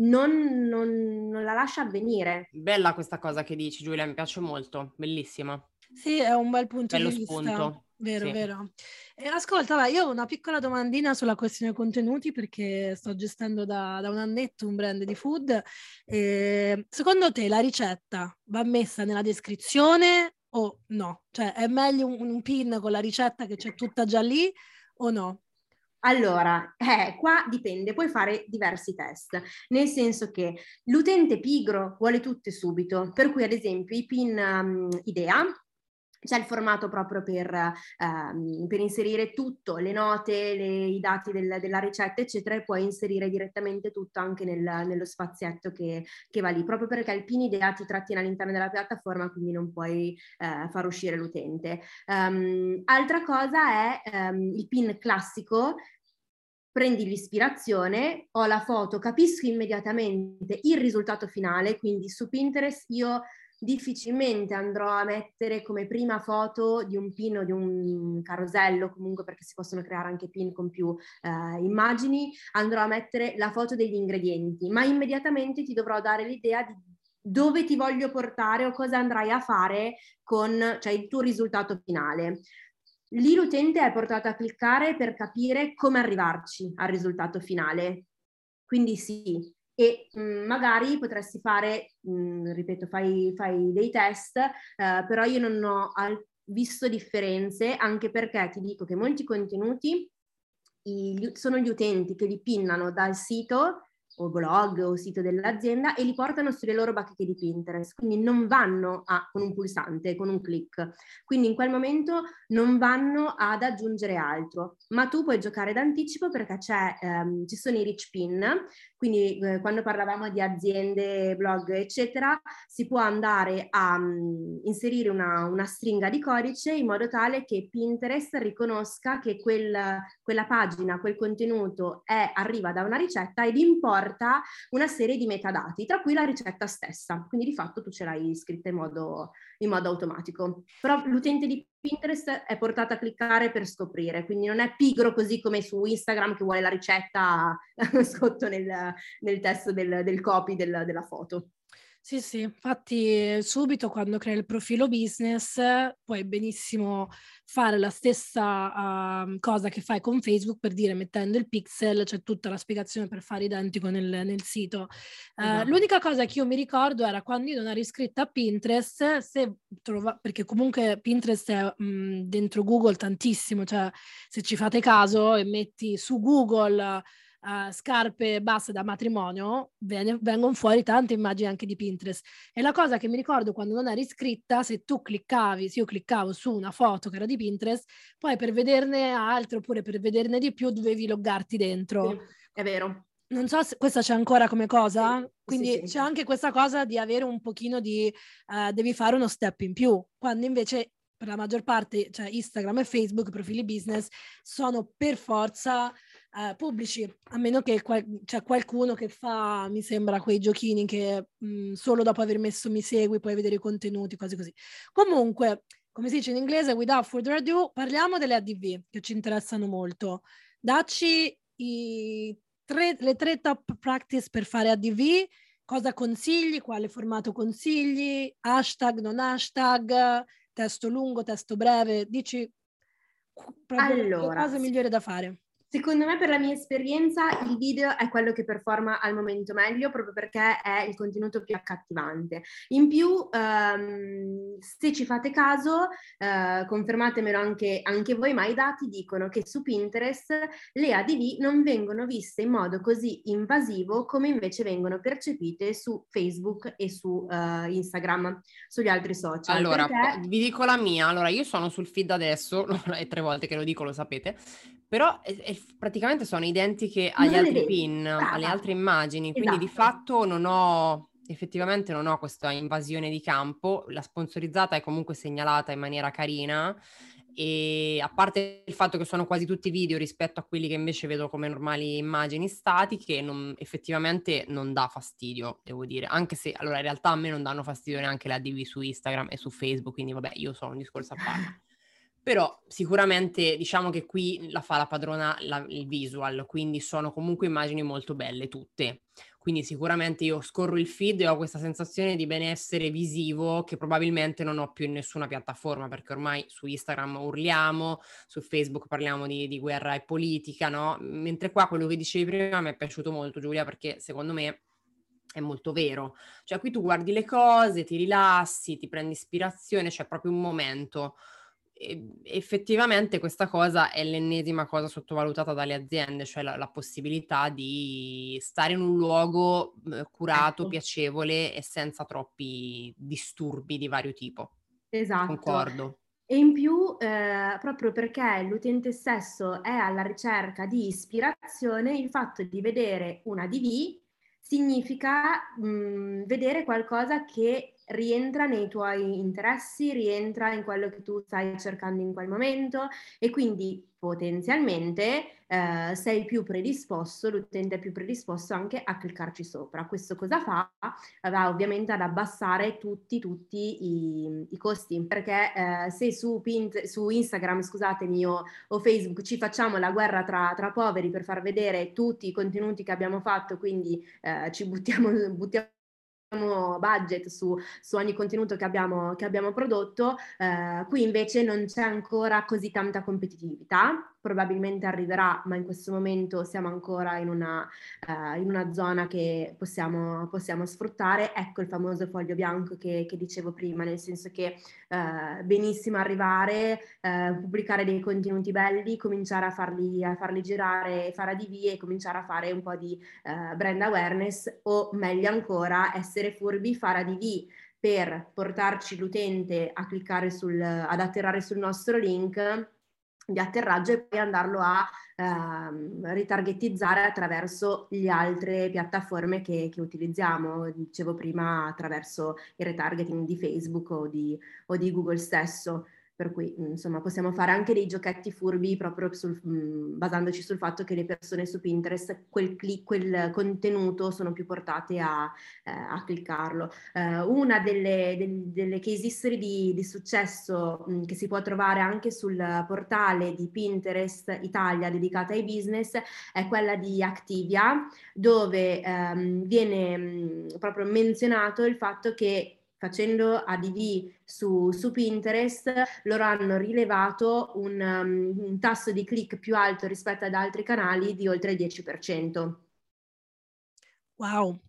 non la lascia avvenire. Bella questa cosa che dici, Giulia, mi piace molto, bellissima. Sì, è un bel punto Bello di vista, spunto. vero, Sì. vero. E ascolta, vai, io ho una piccola domandina sulla questione contenuti perché sto gestendo da un annetto un brand di food. Secondo te la ricetta va messa nella descrizione o no? Cioè è meglio un pin con la ricetta che c'è tutta già lì o no? Allora, qua dipende, puoi fare diversi test, nel senso che l'utente pigro vuole tutto e subito, per cui ad esempio i pin idea, c'è il formato proprio per inserire tutto, le note, i dati della ricetta, eccetera, e puoi inserire direttamente tutto anche nello spazietto che va lì, proprio perché il pin idea ti trattiene all'interno della piattaforma, quindi non puoi far uscire l'utente. Altra cosa è il pin classico. Prendi l'ispirazione, ho la foto, capisco immediatamente il risultato finale, quindi su Pinterest io difficilmente andrò a mettere come prima foto di un pin o di un carosello, comunque perché si possono creare anche pin con più immagini, andrò a mettere la foto degli ingredienti, ma immediatamente ti dovrò dare l'idea di dove ti voglio portare o cosa andrai a fare con, cioè, il tuo risultato finale. Lì l'utente è portato a cliccare per capire come arrivarci al risultato finale. Quindi sì, e magari potresti fare, ripeto, fai dei test, però io non ho visto differenze, anche perché ti dico che molti contenuti sono gli utenti che li pinnano dal sito o blog o sito dell'azienda e li portano sulle loro bacheche di Pinterest, quindi non vanno con un pulsante, con un click, quindi in quel momento non vanno ad aggiungere altro, ma tu puoi giocare d'anticipo perché ci sono i rich pin, quindi quando parlavamo di aziende, blog eccetera, si può andare a inserire una stringa di codice in modo tale che Pinterest riconosca che quella pagina, quel contenuto arriva da una ricetta ed importa una serie di metadati, tra cui la ricetta stessa. Quindi di fatto tu ce l'hai scritta in modo automatico. Però l'utente di Pinterest è portato a cliccare per scoprire, quindi non è pigro così come su Instagram che vuole la ricetta sotto nel testo del copy della foto. Sì, sì, infatti subito quando crei il profilo business puoi benissimo fare la stessa cosa che fai con Facebook, per dire mettendo il pixel, c'è tutta la spiegazione per fare identico nel sito. Esatto. L'unica cosa che io mi ricordo era quando io non ero iscritta a Pinterest, perché comunque Pinterest è dentro Google tantissimo, cioè se ci fate caso e metti su Google scarpe basse da matrimonio, vengono fuori tante immagini anche di Pinterest. E la cosa che mi ricordo quando non eri iscritta, se io cliccavo su una foto che era di Pinterest, poi per vederne altre oppure per vederne di più dovevi loggarti dentro. Sì, è vero. Non so se questa c'è ancora come cosa, sì, quindi sì. c'è anche questa cosa di avere un pochino di devi fare uno step in più, quando invece per la maggior parte, cioè Instagram e Facebook, profili business, sono per forza pubblici, a meno che c'è qualcuno che fa, mi sembra, quei giochini che solo dopo aver messo mi segui puoi vedere i contenuti, cose così. Comunque, come si dice in inglese, without further ado, parliamo delle ADV che ci interessano molto. Dacci le tre top practice per fare ADV, cosa consigli, quale formato consigli, hashtag, non hashtag, testo lungo, testo breve, dici proprio le cose migliori da fare. Secondo me, per la mia esperienza, il video è quello che performa al momento meglio, proprio perché è il contenuto più accattivante. In più, se ci fate caso, confermatemelo anche voi, ma i dati dicono che su Pinterest le ADV non vengono viste in modo così invasivo come invece vengono percepite su Facebook e su Instagram, sugli altri social. Allora, perché... vi dico la mia. Allora, io sono sul feed adesso, è 3 volte che lo dico, lo sapete, però praticamente sono identiche agli altri pin, alle altre immagini, quindi di fatto non ho effettivamente non ho questa invasione di campo, la sponsorizzata è comunque segnalata in maniera carina, e a parte il fatto che sono quasi tutti video rispetto a quelli che invece vedo come normali immagini statiche, effettivamente non dà fastidio, devo dire, anche se allora in realtà a me non danno fastidio neanche le ADV su Instagram e su Facebook, quindi vabbè, io sono un discorso a parte. Però sicuramente diciamo che qui la fa la padrona il visual, quindi sono comunque immagini molto belle tutte. Quindi sicuramente io scorro il feed e ho questa sensazione di benessere visivo che probabilmente non ho più in nessuna piattaforma, perché ormai su Instagram urliamo, su Facebook parliamo di guerra e politica, no? Mentre qua quello che dicevi prima mi è piaciuto molto, Giulia, perché secondo me è molto vero. Cioè qui tu guardi le cose, ti rilassi, ti prendi ispirazione, c'è proprio un momento. E effettivamente questa cosa è l'ennesima cosa sottovalutata dalle aziende, cioè la possibilità di stare in un luogo curato, Ecco. piacevole e senza troppi disturbi di vario tipo. Esatto. Concordo. E in più, proprio perché l'utente stesso è alla ricerca di ispirazione, il fatto di vedere una DV significa vedere qualcosa che rientra nei tuoi interessi, rientra in quello che tu stai cercando in quel momento, e quindi potenzialmente sei più predisposto, l'utente è più predisposto anche a cliccarci sopra. Questo cosa fa? Va ovviamente ad abbassare tutti i costi, perché se su Instagram, scusatemi, o Facebook ci facciamo la guerra tra poveri per far vedere tutti i contenuti che abbiamo fatto, quindi ci buttiamo budget su ogni contenuto che abbiamo prodotto, qui invece non c'è ancora così tanta competitività, probabilmente arriverà, ma in questo momento siamo ancora in una zona che possiamo sfruttare. Ecco il famoso foglio bianco che dicevo prima, nel senso che benissimo arrivare, pubblicare dei contenuti belli, cominciare a farli girare, fare ADV e cominciare a fare un po' di brand awareness, o meglio ancora essere furbi, fare ADV per portarci l'utente a cliccare ad atterrare sul nostro link di atterraggio e poi andarlo a ritargetizzare attraverso le altre piattaforme che utilizziamo. Dicevo prima, attraverso il retargeting di Facebook o di Google stesso. Per cui insomma possiamo fare anche dei giochetti furbi proprio basandoci sul fatto che le persone su Pinterest quel contenuto sono più portate a cliccarlo. Una delle case history di successo che si può trovare anche sul portale di Pinterest Italia dedicata ai business è quella di Activia, dove viene proprio menzionato il fatto che facendo ADV su Pinterest loro hanno rilevato un tasso di click più alto rispetto ad altri canali di oltre il 10%. Wow,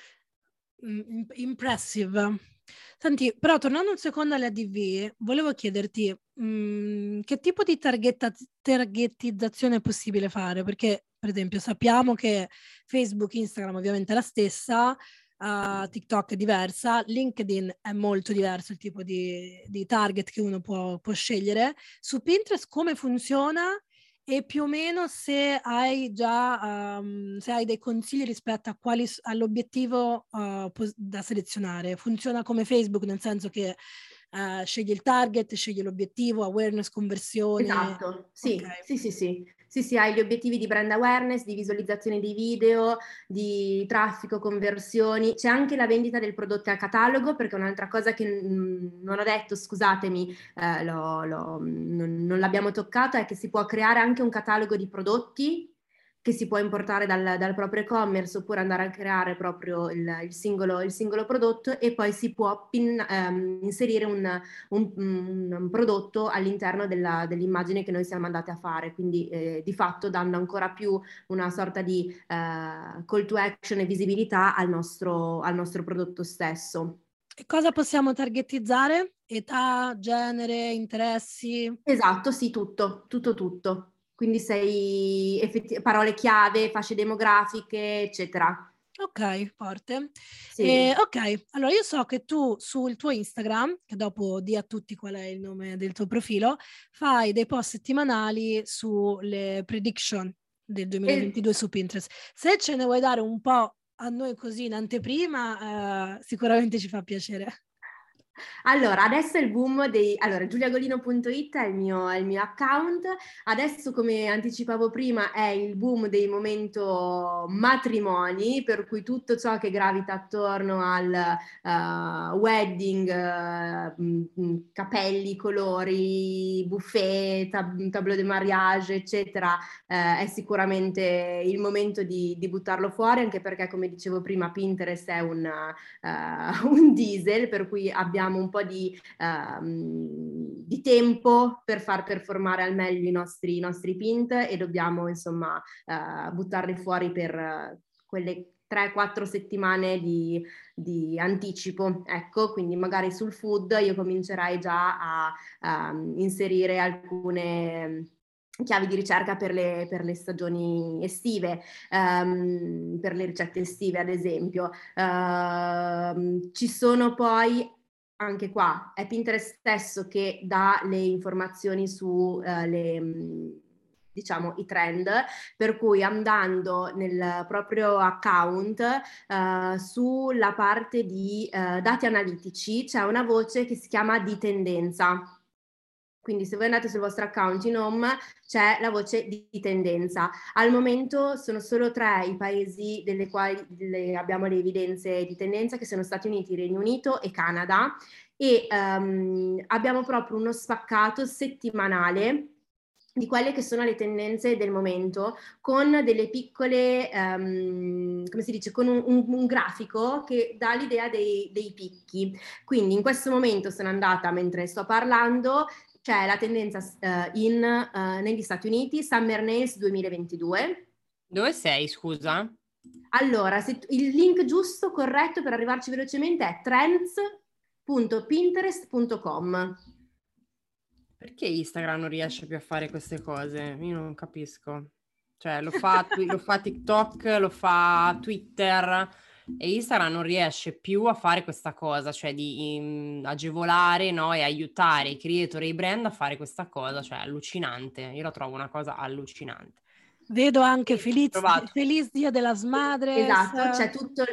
impressive. Senti, però tornando un secondo alle ADV, volevo chiederti che tipo di targetizzazione è possibile fare? Perché, per esempio, sappiamo che Facebook, Instagram ovviamente è la stessa, TikTok è diversa, LinkedIn è molto diverso il tipo di target che uno può scegliere. Su Pinterest come funziona? E più o meno se hai già se hai dei consigli rispetto a all'obiettivo da selezionare. Funziona come Facebook, nel senso che scegli il target, scegli l'obiettivo, awareness, conversione. Esatto, sì, Okay. sì, hai gli obiettivi di brand awareness, di visualizzazione dei video, di traffico, conversioni. C'è anche la vendita del prodotto a catalogo, perché un'altra cosa che non ho detto, scusatemi, non l'abbiamo toccato, è che si può creare anche un catalogo di prodotti che si può importare dal proprio e-commerce, oppure andare a creare proprio il singolo prodotto, e poi si può inserire un prodotto all'interno dell'immagine che noi siamo andati a fare, quindi di fatto dando ancora più una sorta di call to action e visibilità al nostro prodotto stesso. E cosa possiamo targetizzare? Età, genere, interessi? Esatto, sì, tutto. Quindi parole chiave, fasce demografiche, eccetera. Ok, forte. Sì. Ok, allora io so che tu sul tuo Instagram, che dopo di a tutti qual è il nome del tuo profilo, fai dei post settimanali sulle prediction del 2022 su Pinterest. Se ce ne vuoi dare un po' a noi così in anteprima, sicuramente ci fa piacere. Allora, adesso è il boom Allora, giuliagolino.it è il mio account. Adesso, come anticipavo prima, è il boom dei momento matrimoni, per cui tutto ciò che gravita attorno al wedding, capelli, colori, buffet, tableau de mariage, eccetera, è sicuramente il momento di buttarlo fuori, anche perché, come dicevo prima, Pinterest è un diesel, per cui abbiamo un po' di tempo per far performare al meglio i nostri pint, e dobbiamo insomma buttarli fuori per quelle 3-4 settimane di anticipo, ecco. Quindi magari sul food io comincerai già a inserire alcune chiavi di ricerca per le stagioni estive, per le ricette estive ad esempio. Ci sono poi, anche qua, è Pinterest stesso che dà le informazioni su diciamo i trend, per cui andando nel proprio account sulla parte di dati analitici c'è una voce che si chiama di tendenza. Quindi se voi andate sul vostro account in home c'è la voce di tendenza. Al momento sono solo 3 i paesi delle quali abbiamo le evidenze di tendenza, che sono Stati Uniti, Regno Unito e Canada, e abbiamo proprio uno spaccato settimanale di quelle che sono le tendenze del momento, con delle piccole, come si dice, con un grafico che dà l'idea dei picchi. Quindi in questo momento sono andata, mentre sto parlando, c'è la tendenza negli Stati Uniti, Summer Nails 2022. Dove sei, scusa? Allora, il link giusto, corretto, per arrivarci velocemente è trends.pinterest.com. Perché Instagram non riesce più a fare queste cose? Io non capisco. Cioè, lo fa TikTok, lo fa Twitter, e Instagram non riesce più a fare questa cosa, cioè di agevolare, no, e aiutare i creator e i brand a fare questa cosa, cioè allucinante. Io la trovo una cosa allucinante. Vedo anche Feliz Dia de las Madres. Esatto, c'è tutto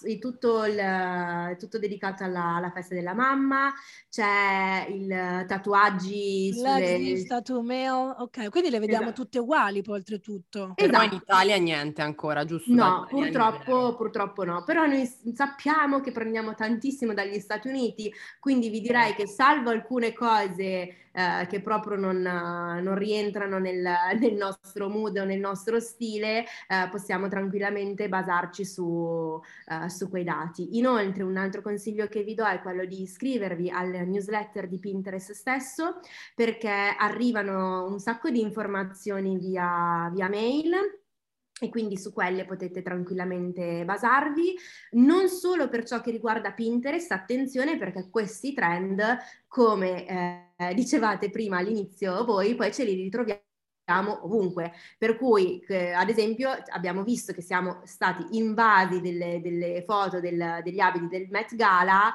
tutto dedicato alla festa della mamma, c'è il tatuaggi sulle tattoo mail, ok, quindi le vediamo esatto. Tutte uguali poi oltretutto. Però Esatto. in Italia niente ancora, giusto? No, purtroppo no, però noi sappiamo che prendiamo tantissimo dagli Stati Uniti, quindi vi direi che, salvo alcune cose che proprio non rientrano nel nostro mood o nel nostro stile, possiamo tranquillamente basarci su quei dati. Inoltre, un altro consiglio che vi do è quello di iscrivervi al newsletter di Pinterest stesso, perché arrivano un sacco di informazioni via mail, e quindi su quelle potete tranquillamente basarvi. Non solo per ciò che riguarda Pinterest, attenzione, perché questi trend, come dicevate prima all'inizio voi, poi ce li ritroviamo ovunque, per cui ad esempio abbiamo visto che siamo stati invasi delle foto degli abiti del Met Gala,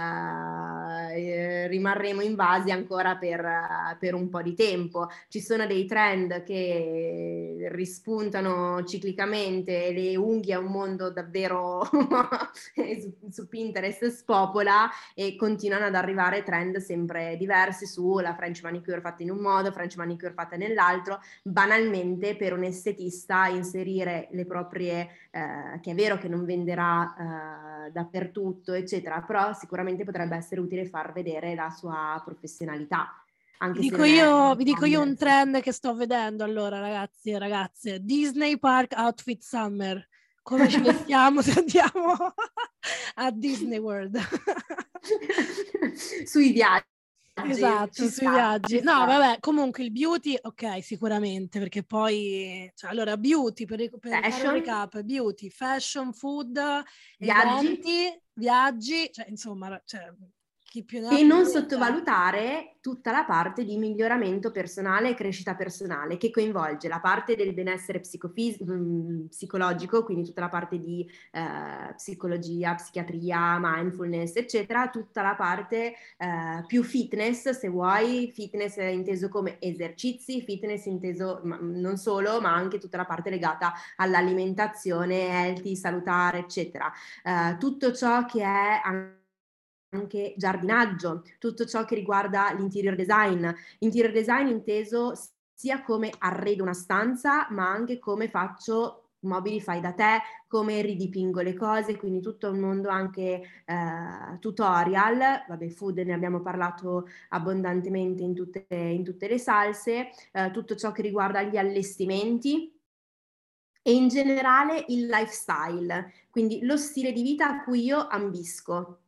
rimarremo invasi ancora per un po' di tempo. Ci sono dei trend che rispuntano ciclicamente, le unghie è un mondo davvero su Pinterest spopola, e continuano ad arrivare trend sempre diversi sulla French manicure fatta in un modo, French manicure fatta nell'altro. Banalmente, per un estetista inserire le proprie, che è vero che non venderà dappertutto eccetera, però sicuramente potrebbe essere utile far vedere la sua professionalità. Vi dico io un trend che sto vedendo, allora, ragazzi e ragazze: Disney Park Outfit Summer. Come ci vestiamo se andiamo a Disney World? Sui viaggi. Esatto, sui viaggi. No, vabbè, comunque il beauty, ok, sicuramente, perché poi, cioè, allora, beauty, per fare un recap, beauty, fashion, food, eventi, viaggi, cioè, insomma, cioè, chi più ne ha E più non ne metta. sottovalutare tutta la parte di miglioramento personale e crescita personale, che coinvolge la parte del benessere psicologico, quindi tutta la parte di psicologia, psichiatria, mindfulness, eccetera, tutta la parte più fitness, se vuoi, fitness inteso come esercizi, fitness inteso non solo, ma anche tutta la parte legata all'alimentazione, healthy, salutare, eccetera. Tutto ciò che è anche giardinaggio, tutto ciò che riguarda l'interior design inteso sia come arredo una stanza, ma anche come faccio mobili fai da te, come ridipingo le cose, quindi tutto un mondo anche tutorial, vabbè, food ne abbiamo parlato abbondantemente in tutte le salse, tutto ciò che riguarda gli allestimenti e in generale il lifestyle, quindi lo stile di vita a cui io ambisco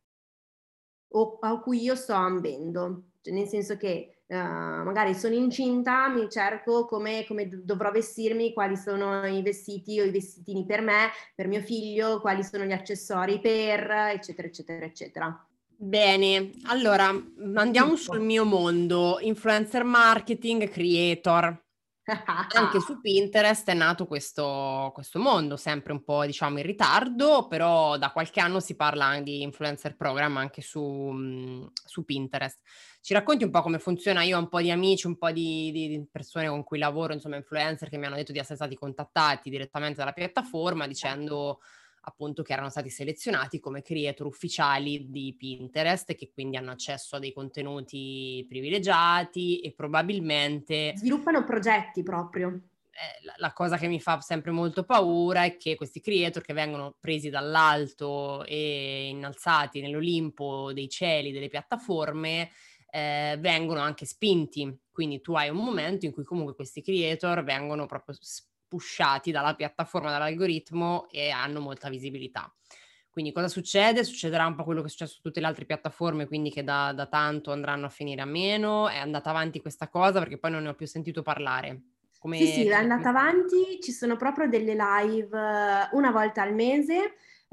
o a cui io sto ambendo, cioè, nel senso che magari sono incinta, mi cerco come dovrò vestirmi, quali sono i vestiti o i vestitini per me, per mio figlio, quali sono gli accessori per, eccetera, eccetera, eccetera. Bene, allora andiamo sul mio mondo, influencer marketing, creator. Anche su Pinterest è nato questo mondo, sempre un po' diciamo in ritardo, però da qualche anno si parla di influencer program anche su Pinterest. Ci racconti un po' come funziona? Io ho un po' di amici, un po' di persone con cui lavoro, insomma influencer, che mi hanno detto di essere stati contattati direttamente dalla piattaforma dicendo appunto che erano stati selezionati come creator ufficiali di Pinterest e che quindi hanno accesso a dei contenuti privilegiati e probabilmente Sviluppano progetti proprio. la cosa che mi fa sempre molto paura è che questi creator che vengono presi dall'alto e innalzati nell'Olimpo dei cieli, delle piattaforme, vengono anche spinti. Quindi tu hai un momento in cui comunque questi creator vengono proprio pushati dalla piattaforma, dall'algoritmo e hanno molta visibilità. Quindi cosa succede? Succederà un po' quello che è successo su tutte le altre piattaforme, quindi che da tanto andranno a finire a meno. È andata avanti questa cosa perché poi non ne ho più sentito parlare. Sì, è andata Come... avanti, ci sono proprio delle live una volta al mese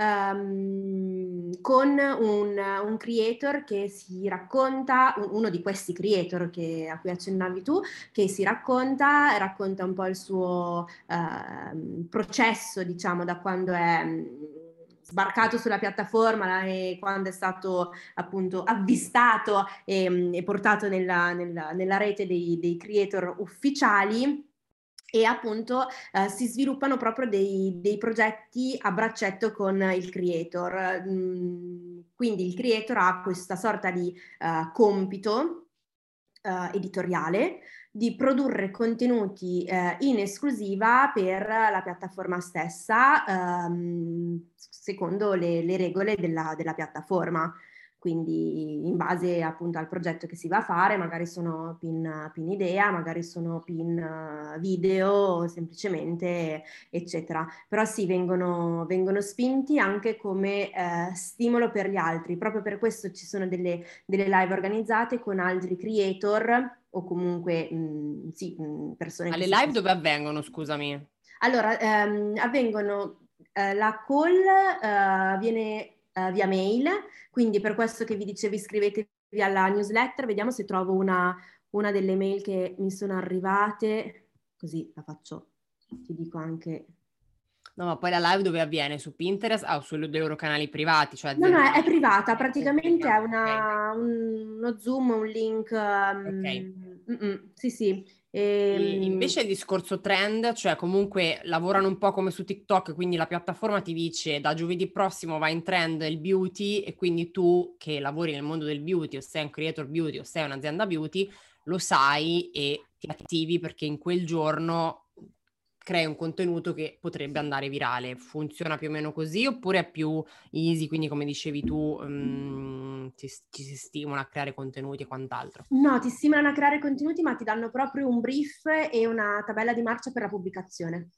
con un creator che si racconta, uno di questi creator a cui accennavi tu, che racconta un po' il suo processo, diciamo, da quando è sbarcato sulla piattaforma e quando è stato appunto avvistato e portato nella rete dei creator ufficiali. E appunto si sviluppano proprio dei progetti a braccetto con il creator. Quindi il creator ha questa sorta di compito editoriale di produrre contenuti in esclusiva per la piattaforma stessa, secondo le regole della piattaforma. Quindi in base appunto al progetto che si va a fare, magari sono pin idea, magari sono pin video, semplicemente, eccetera. Però sì, vengono spinti anche come stimolo per gli altri. Proprio per questo ci sono delle live organizzate con altri creator o comunque persone Ma che le si live possono... dove avvengono, scusami? Allora, avvengono, la call viene via mail, quindi per questo che vi dicevo iscrivetevi alla newsletter, vediamo se trovo una delle mail che mi sono arrivate, così la faccio, ti dico anche... No, ma poi la live dove avviene? Su Pinterest o sui loro canali privati, cioè No, no, è aziendali? privata, È praticamente è pubblica, ok. uno Zoom, un link, Ok. sì, sì. Ehm, Invece il discorso trend, cioè comunque lavorano un po' come su TikTok, quindi la piattaforma ti dice da giovedì prossimo va in trend il beauty e quindi tu che lavori nel mondo del beauty o sei un creator beauty o sei un'azienda beauty, lo sai e ti attivi perché in quel giorno crei un contenuto che potrebbe andare virale. Funziona più o meno così oppure è più easy, quindi come dicevi tu, ci si stimola a creare contenuti e quant'altro? No, ti stimolano a creare contenuti, ma ti danno proprio un brief e una tabella di marcia per la pubblicazione.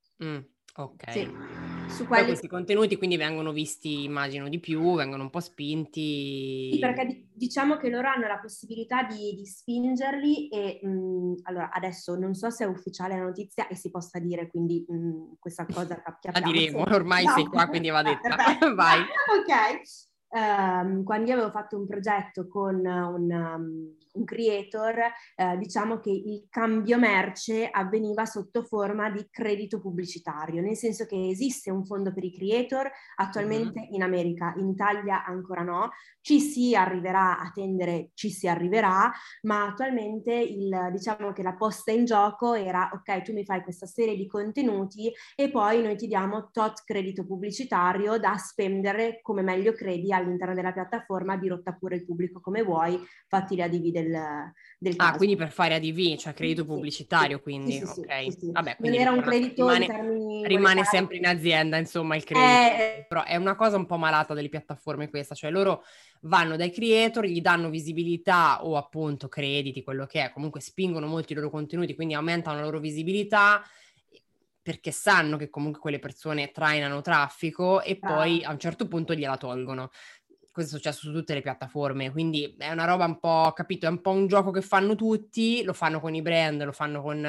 Ok. Sì, su Poi quelli... questi contenuti quindi vengono visti, immagino, di più, vengono un po' Sì, spinti. perché diciamo che loro hanno la possibilità di spingerli e allora adesso non so se è ufficiale la notizia e si possa dire, quindi questa cosa La capiamo diremo, sempre. ormai sei No. qua, quindi va detta. Perfetto. Vai. Ok. quando io avevo fatto un progetto con un creator, diciamo che il cambio merce avveniva sotto forma di credito pubblicitario, nel senso che esiste un fondo per i creator attualmente in America, in Italia ancora no, ci si arriverà a tendere, ci si arriverà, ma attualmente diciamo che la posta in gioco era: ok, tu mi fai questa serie di contenuti e poi noi ti diamo tot credito pubblicitario da spendere come meglio credi all'interno della piattaforma, dirotta pure il pubblico come vuoi, fatti la divide del caso. Quindi per fare ADV, cioè credito pubblicitario, sì, quindi sì, ok. sì. Vabbè, Non quindi era un credito in termini rimane monetari. sempre in azienda, insomma, il credito. Però è una cosa un po' malata delle piattaforme questa, cioè loro vanno dai creator, gli danno visibilità o appunto crediti, quello che è, comunque spingono molti i loro contenuti, quindi aumentano la loro visibilità perché sanno che comunque quelle persone trainano traffico e poi a un certo punto gliela tolgono. Questo è successo su tutte le piattaforme, quindi è una roba un po', capito, è un po' un gioco che fanno tutti, lo fanno con i brand, lo fanno con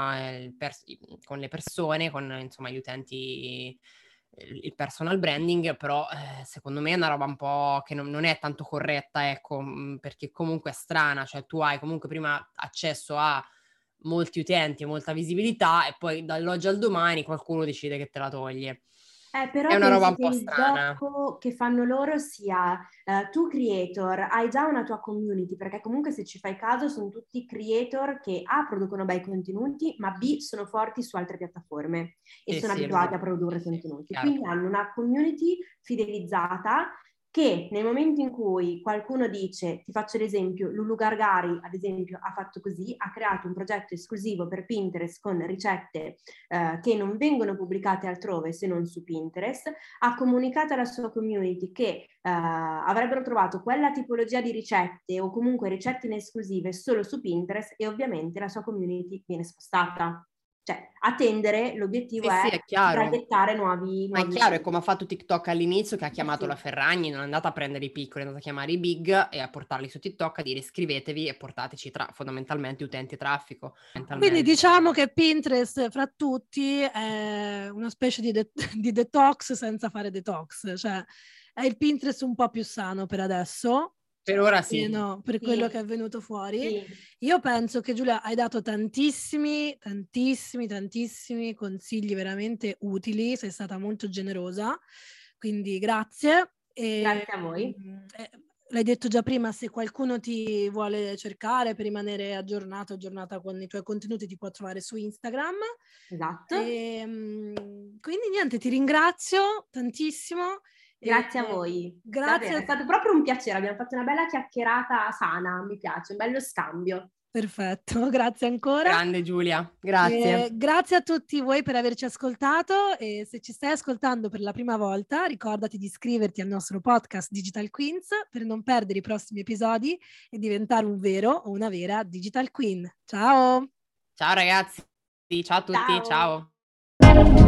le persone, con insomma gli utenti, il personal branding, però secondo me è una roba un po' che non è tanto corretta, ecco, perché comunque è strana, cioè tu hai comunque prima accesso a molti utenti, molta visibilità e poi dall'oggi al domani qualcuno decide che te la toglie. Però È una roba penso un che po' il strana. gioco che fanno loro sia tu creator, hai già una tua community, perché comunque se ci fai caso sono tutti creator che A producono bei contenuti, ma B sono forti su altre piattaforme e sono abituati a produrre contenuti. Chiaro. Quindi hanno una community fidelizzata che nel momento in cui qualcuno dice, ti faccio l'esempio, Lulu Gargari ad esempio ha fatto così, ha creato un progetto esclusivo per Pinterest con ricette che non vengono pubblicate altrove se non su Pinterest, ha comunicato alla sua community che avrebbero trovato quella tipologia di ricette o comunque ricette in esclusive solo su Pinterest e ovviamente la sua community viene spostata. Cioè, attendere, l'obiettivo Sì, è è chiaro. traghettare nuovi Ma è chiaro, è come ha fatto TikTok all'inizio che ha chiamato sì. la Ferragni, non è andata a prendere i piccoli, è andata a chiamare i big e a portarli su TikTok a dire iscrivetevi e portateci fondamentalmente utenti e traffico. Quindi diciamo che Pinterest fra tutti è una specie di detox senza fare detox, cioè è il Pinterest un po' più sano per adesso. Per ora sì. No, per quello che è venuto fuori. Sì. Io penso che Giulia hai dato tantissimi consigli veramente utili, sei stata molto generosa, quindi grazie. Grazie a voi. L'hai detto già prima, se qualcuno ti vuole cercare per rimanere aggiornata con i tuoi contenuti ti può trovare su Instagram. Esatto. Quindi niente, ti ringrazio tantissimo. Grazie a voi. Grazie. Davvero, è stato proprio un piacere, abbiamo fatto una bella chiacchierata sana, mi piace, un bello scambio. Perfetto, grazie ancora. Grande Giulia, grazie. Grazie a tutti voi per averci ascoltato e se ci stai ascoltando per la prima volta ricordati di iscriverti al nostro podcast Digital Queens per non perdere i prossimi episodi e diventare un vero o una vera Digital Queen. Ciao! Ciao ragazzi, ciao a tutti, ciao.